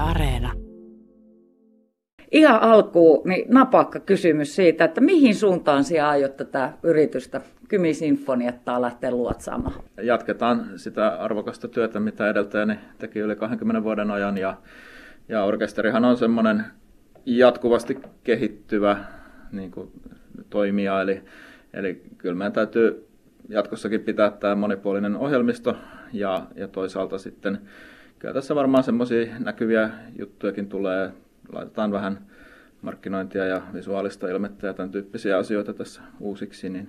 Areena. Ihan alkuun niin napakka kysymys siitä, että mihin suuntaan sinä aiot tätä yritystä Kymi Sinfoniettaa lähteä luotsaamaan? Jatketaan sitä arvokasta työtä, mitä edeltäjäni teki yli 20 vuoden ajan. Ja orkesterihan on semmoinen jatkuvasti kehittyvä niin kuin toimija. Eli kyllä meidän täytyy jatkossakin pitää tämä monipuolinen ohjelmisto ja toisaalta sitten kyllä tässä varmaan semmoisia näkyviä juttujakin tulee. Laitetaan vähän markkinointia ja visuaalista ilmettä ja tämän tyyppisiä asioita tässä uusiksi, niin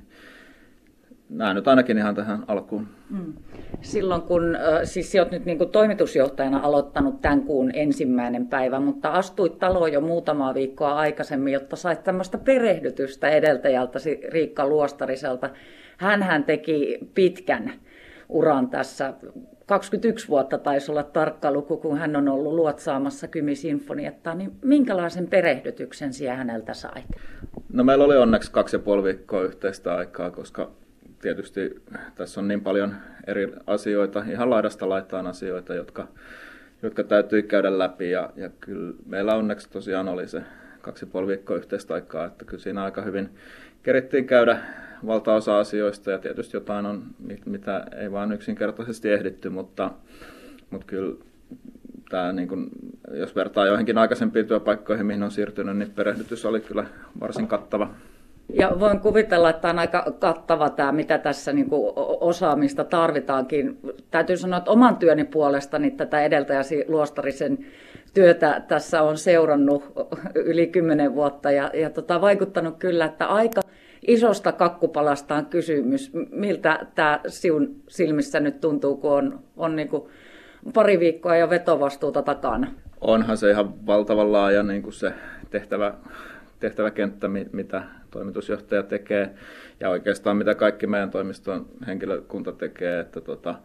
nämä nyt ainakin ihan tähän alkuun. Silloin kun, siis olet nyt niin kuin toimitusjohtajana aloittanut tämän kuun 1. päivä, mutta astuit taloon jo muutamaa viikkoa aikaisemmin, jotta sait tämmöistä perehdytystä edeltäjältäsi Riikka Luostariselta. Hänhän teki pitkän uran tässä. 21 vuotta taisi olla tarkka luku, kun hän on ollut luotsaamassa Kymi Sinfoniettaa, niin minkälaisen perehdytyksen sinä häneltä sait? No meillä oli onneksi 2,5 viikkoa yhteistä aikaa, koska tietysti tässä on niin paljon eri asioita, ihan laidasta laitaan asioita, jotka täytyy käydä läpi. Ja kyllä meillä onneksi tosiaan oli se 2,5 viikkoa yhteistä aikaa, että kyllä siinä aika hyvin kerittiin käydä valtaosa asioista ja tietysti jotain on, mitä ei vaan yksinkertaisesti ehditty, mutta kyllä tämä, niin kun, jos vertaa joihinkin aikaisempiin työpaikkoihin, mihin on siirtynyt, niin perehdytys oli kyllä varsin kattava. Ja voin kuvitella, että on aika kattava tämä, mitä tässä niin kuin osaamista tarvitaankin. Täytyy sanoa, että oman työni puolesta niin tätä edeltäjäsi Luostarisen työtä tässä on seurannut yli 10 vuotta ja vaikuttanut kyllä, että aika isosta kakkupalasta on kysymys. Miltä tämä sinun silmissä nyt tuntuu, kun on niin kuin pari viikkoa jo vetovastuuta takana? Onhan se ihan valtavan laaja niin kuin se tehtäväkenttä, mitä toimitusjohtaja tekee ja oikeastaan mitä kaikki meidän toimiston henkilökunta tekee. Että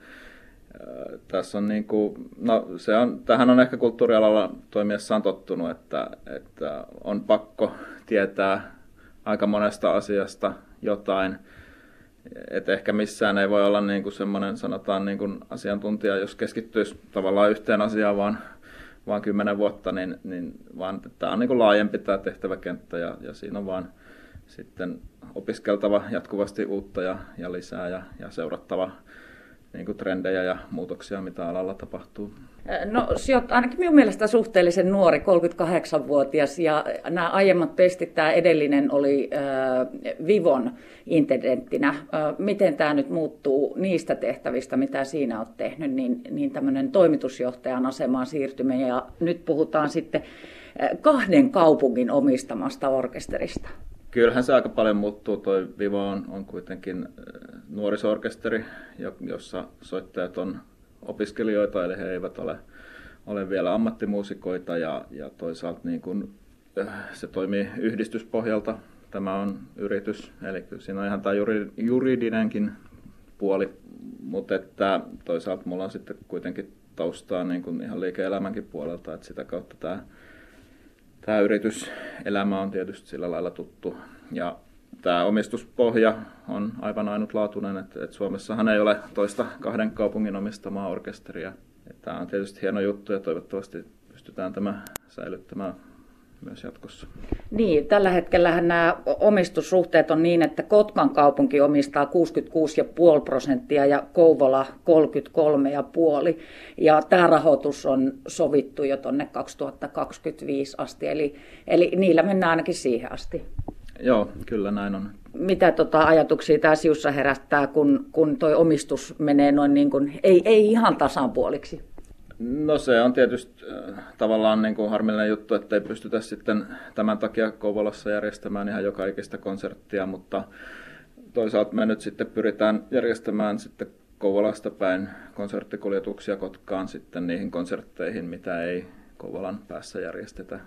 tässä on niin kuin, no tähän on ehkä kulttuurialalla toimiessaan tottunut, että on pakko tietää aika monesta asiasta jotain. Että ehkä missään ei voi olla niin kuin semmoinen, sanotaan niin kuin asiantuntija, jos keskittyisi tavallaan yhteen asiaan vaan 10 vuotta, niin vaan tämä on niin kuin laajempi tämä tehtäväkenttä ja siinä on vaan sitten opiskeltava jatkuvasti uutta ja lisää ja seurattava niin kuin trendejä ja muutoksia, mitä alalla tapahtuu. No sinä olet ainakin minun mielestä suhteellisen nuori, 38-vuotias, ja nämä aiemmat pestit, tämä edellinen oli Vivon intendenttinä. Miten tämä nyt muuttuu niistä tehtävistä, mitä siinä olet tehnyt, niin tämmöinen toimitusjohtajan asemaan siirtyminen, ja nyt puhutaan sitten 2 kaupungin omistamasta orkesterista. Kyllähän se aika paljon muuttuu. Toi Vivo on kuitenkin nuoriso-orkesteri, jossa soittajat on opiskelijoita, eli he eivät ole vielä ammattimuusikoita ja toisaalta niin kun, se toimii yhdistyspohjalta. Tämä on yritys, eli kyllä siinä on ihan tämä juridinenkin puoli, mutta että toisaalta mulla on sitten kuitenkin taustaa niin kun ihan liike-elämänkin puolelta, että sitä kautta tämä yrityselämä on tietysti sillä lailla tuttu. Ja tämä omistuspohja on aivan ainutlaatuinen, että Suomessahan ei ole toista 2 kaupungin omistamaa orkesteria. Tämä on tietysti hieno juttu ja toivottavasti pystytään tämä säilyttämään myös jatkossa. Niin, tällä hetkellähän nämä omistussuhteet on niin, että Kotkan kaupunki omistaa 66,5% ja Kouvola 33,5%. Ja tämä rahoitus on sovittu jo tuonne 2025 asti, eli niillä mennään ainakin siihen asti. Joo, kyllä näin on. Mitä ajatuksia tämä siussa herättää, kun tuo omistus menee noin niin kuin, ei ihan tasan puoliksi? No se on tietysti tavallaan niin kuin harmillinen juttu, että ei pystytä sitten tämän takia Kouvolassa järjestämään ihan joka ikistä konserttia, mutta toisaalta me nyt sitten pyritään järjestämään sitten Kouvolasta päin konserttikuljetuksia Kotkaan sitten niihin konsertteihin, mitä ei Kouvolan päässä järjestetä.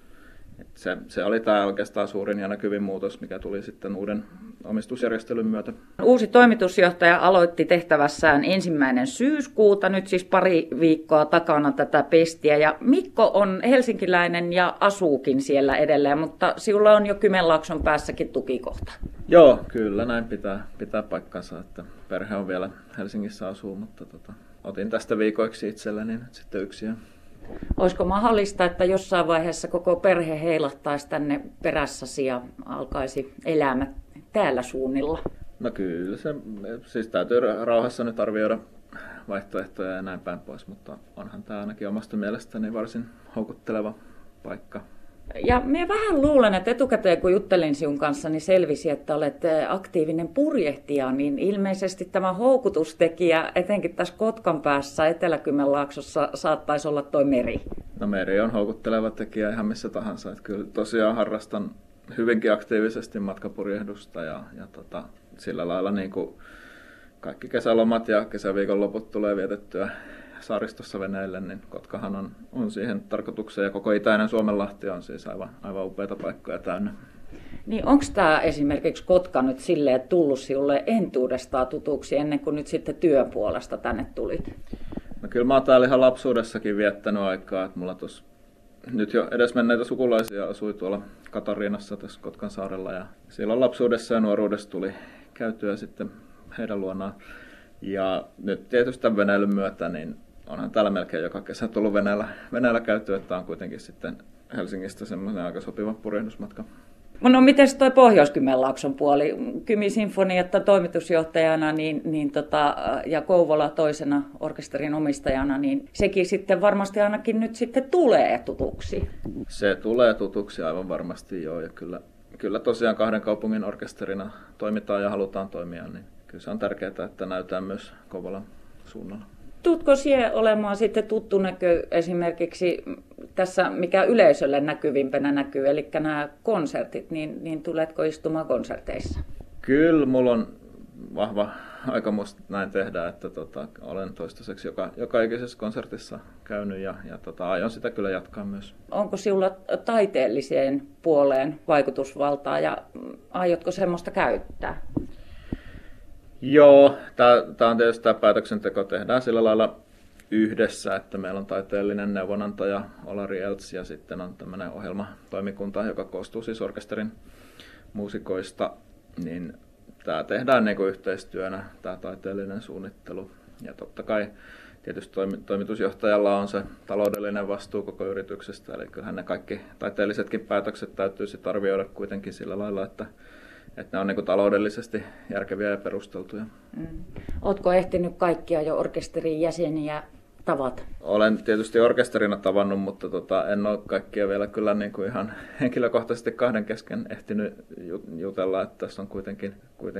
Se oli tämä oikeastaan suurin ja näkyvin muutos, mikä tuli sitten uuden omistusjärjestelyn myötä. Uusi toimitusjohtaja aloitti tehtävässään 1. syyskuuta, nyt siis pari viikkoa takana tätä pestiä. Ja Mikko on helsinkiläinen ja asuukin siellä edelleen, mutta sinulla on jo Kymenlaakson päässäkin tukikohta. Joo, kyllä näin pitää paikkansa, että perhe on vielä Helsingissä asuu, mutta otin tästä viikoiksi itselleni nyt sitten yksin. Olisiko mahdollista, että jossain vaiheessa koko perhe heilahtaisi tänne perässäsi ja alkaisi elämä täällä suunnilla? No kyllä se, siis täytyy rauhassa nyt arvioida vaihtoehtoja ja näin päin pois, mutta onhan tämä ainakin omasta mielestäni varsin houkutteleva paikka. Ja minä vähän luulen, että etukäteen kun juttelin sinun kanssa, niin selvisi, että olet aktiivinen purjehtija, niin ilmeisesti tämä houkutustekijä, etenkin tässä Kotkan päässä Etelä-Kymenlaaksossa, saattaisi olla tuo meri. No meri on houkutteleva tekijä ihan missä tahansa. Että kyllä tosiaan harrastan hyvinkin aktiivisesti matkapurjehdusta ja sillä lailla niin kuin kaikki kesälomat ja kesäviikonloput tulee vietettyä saaristossa veneille, niin Kotkahan on siihen tarkoitukseen ja koko itäinen Suomenlahti on siis aivan upeita paikkoja täynnä. Niin onko tämä esimerkiksi Kotka nyt silleen tullut sinulle entuudestaan tutuksi ennen kuin nyt sitten työn puolesta tänne tulit? No kyllä mä oon täällä ihan lapsuudessakin viettänyt aikaa, että mulla tuossa nyt jo edesmenneitä sukulaisia asui tuolla Katariinassa tässä Kotkan saarella ja silloin lapsuudessa ja nuoruudessa tuli käytyä sitten heidän luonaan. Ja nyt tietysti tämän veneilyn myötä, niin onhan täällä melkein joka kesä tullut veneellä käytyä, että on kuitenkin sitten Helsingistä semmoinen aika sopiva purjehdusmatka. No miten toi Pohjois-Kymenlaakson puoli? Kymi Sinfonietta toimitusjohtajana ja Kouvola toisena orkesterin omistajana, niin sekin sitten varmasti ainakin nyt sitten tulee tutuksi. Se tulee tutuksi aivan varmasti joo, ja kyllä tosiaan kahden kaupungin orkesterina toimitaan ja halutaan toimia, niin kyllä se on tärkeää, että näytään myös Kouvolan suunnalla. Tuutko siellä olemaan sitten tuttu näkö esimerkiksi tässä, mikä yleisölle näkyvimpänä näkyy, eli nämä konsertit, niin tuletko istumaan konserteissa? Kyllä, mulla on vahva aikomus näin tehdä, että olen toistaiseksi joka ikisessä konsertissa käynyt ja aion sitä kyllä jatkaa myös. Onko sinulla taiteelliseen puoleen vaikutusvaltaa ja aiotko semmoista käyttää? Joo, tämä on tietysti tämä päätöksenteko tehdään sillä lailla yhdessä, että meillä on taiteellinen neuvonantaja Olari Elts ja sitten on tämmöinen ohjelmatoimikunta, joka koostuu siis orkesterin muusikoista, niin tämä tehdään niin kuin yhteistyönä, tämä taiteellinen suunnittelu. Ja totta kai tietysti toimitusjohtajalla on se taloudellinen vastuu koko yrityksestä, eli kyllähän ne kaikki taiteellisetkin päätökset täytyy sitten arvioida kuitenkin sillä lailla, että ne on niin kuin taloudellisesti järkeviä ja perusteltuja. Oletko ehtinyt kaikkia jo orkesterin jäseniä tavata? Olen tietysti orkesterina tavannut, mutta en ole kaikkia vielä kyllä niin kuin ihan henkilökohtaisesti kahden kesken ehtinyt jutella. Että tässä on kuitenkin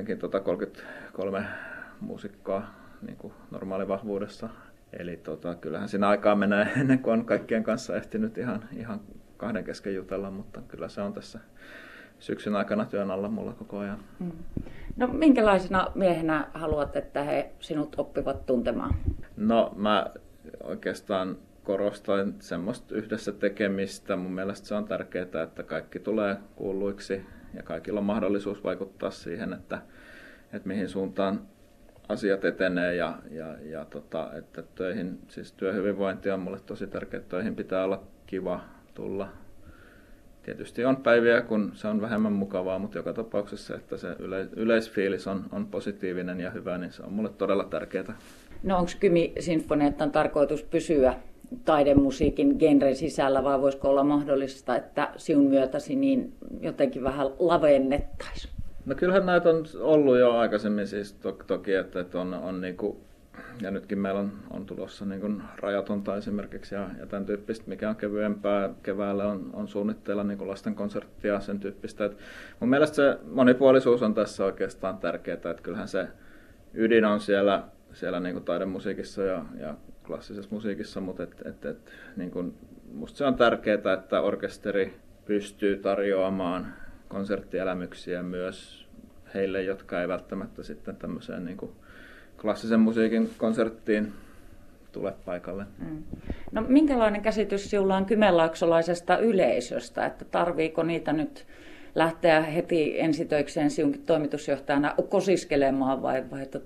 33 muusikkoa niin kuin normaalivahvuudessa. Eli kyllähän siinä aikaa menee ennen kuin on kaikkien kanssa ehtinyt ihan kahden kesken jutella, mutta kyllä se on tässä syksyn aikana työn alla mulla koko ajan. No minkälaisena miehenä haluat, että he sinut oppivat tuntemaan? No mä oikeastaan korostan semmoista yhdessä tekemistä. Mun mielestä se on tärkeää, että kaikki tulee kuulluiksi ja kaikilla on mahdollisuus vaikuttaa siihen, että mihin suuntaan asiat etenee ja että töihin, siis työhyvinvointi on mulle tosi tärkeää, töihin pitää olla kiva tulla. Tietysti on päiviä, kun se on vähemmän mukavaa, mutta joka tapauksessa, että se yleisfiilis on positiivinen ja hyvä, niin se on mulle todella tärkeää. No onko Kymi Sinfoniettan tarkoitus pysyä taidemusiikin genren sisällä vai voisiko olla mahdollista, että sinun myötäsi niin jotenkin vähän lavennettaisiin? No kyllähän näitä on ollut jo aikaisemmin siis toki, että on niinku, ja nytkin meillä on tulossa niin kuin Rajatonta esimerkiksi ja tämän tyyppistä, mikä on kevyempää. Keväällä on suunnitteilla niin kuin lastenkonserttia ja sen tyyppistä. Et mun mielestä se monipuolisuus on tässä oikeastaan tärkeää, että kyllähän se ydin on siellä niin kuin taidemusiikissa ja klassisessa musiikissa, mutta niin kuin, musta se on tärkeää, että orkesteri pystyy tarjoamaan konserttielämyksiä myös heille, jotka ei välttämättä sitten tämmöiseen niin kuin klassisen musiikin konserttiin tule paikalle. No minkälainen käsitys sinulla on kymenlaaksolaisesta yleisöstä, että tarviiko niitä nyt lähteä heti ensitöikseen sinunkin toimitusjohtajana kosiskelemaan vai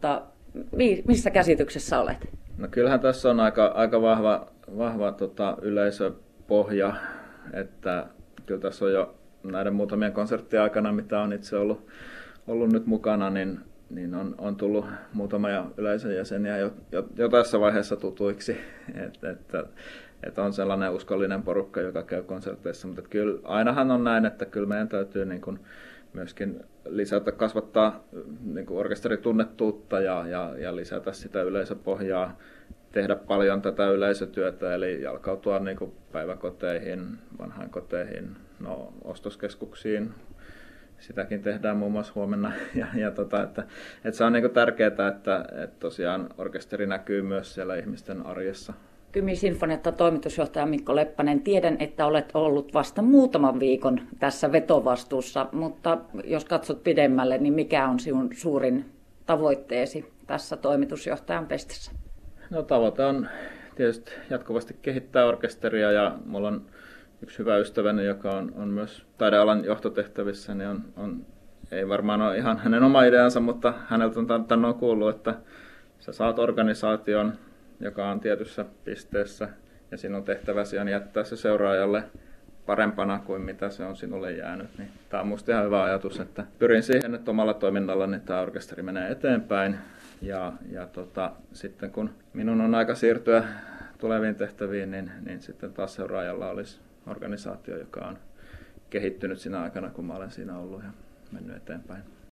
missä käsityksessä olet? No kyllähän tässä on aika vahva yleisöpohja, että kyllä tässä on jo näiden muutamien konserttien aikana, mitä on itse ollut nyt mukana, niin on tullut muutamia yleisön jäseniä jo tässä vaiheessa tutuiksi. että on sellainen uskollinen porukka, joka käy konserteissa, mutta kyllä ainahan on näin, että kyllä meidän täytyy niin kuin myöskin lisätä, kasvattaa niin kuin orkesteritunnettuutta ja lisätä sitä yleisöpohjaa, tehdä paljon tätä yleisötyötä, eli jalkautua niin kuin päiväkoteihin, vanhainkoteihin, ostoskeskuksiin. Sitäkin tehdään muun muassa huomenna. Että se on niin kuin tärkeää, että tosiaan orkesteri näkyy myös siellä ihmisten arjessa. Kymi Sinfonietta toimitusjohtaja Mikko Leppänen, tiedän, että olet ollut vasta muutaman viikon tässä vetovastuussa, mutta jos katsot pidemmälle, niin mikä on sinun suurin tavoitteesi tässä toimitusjohtajan pestissä? No, tavoite on tietysti jatkuvasti kehittää orkesteria, ja mulla on yksi hyvä ystäväni, joka on myös taidealan johtotehtävissä, niin ei varmaan ole ihan hänen oma ideansa, mutta häneltä on kuullut, että sä saat organisaation, joka on tietyssä pisteessä, ja sinun tehtäväsi on jättää se seuraajalle parempana kuin mitä se on sinulle jäänyt. Niin tämä on minusta ihan hyvä ajatus, että pyrin siihen, että omalla toiminnallani tämä orkesteri menee eteenpäin. Ja sitten kun minun on aika siirtyä tuleviin tehtäviin, niin sitten taas seuraajalla olisi organisaatio, joka on kehittynyt siinä aikana, kun mä olen siinä ollut ja mennyt eteenpäin.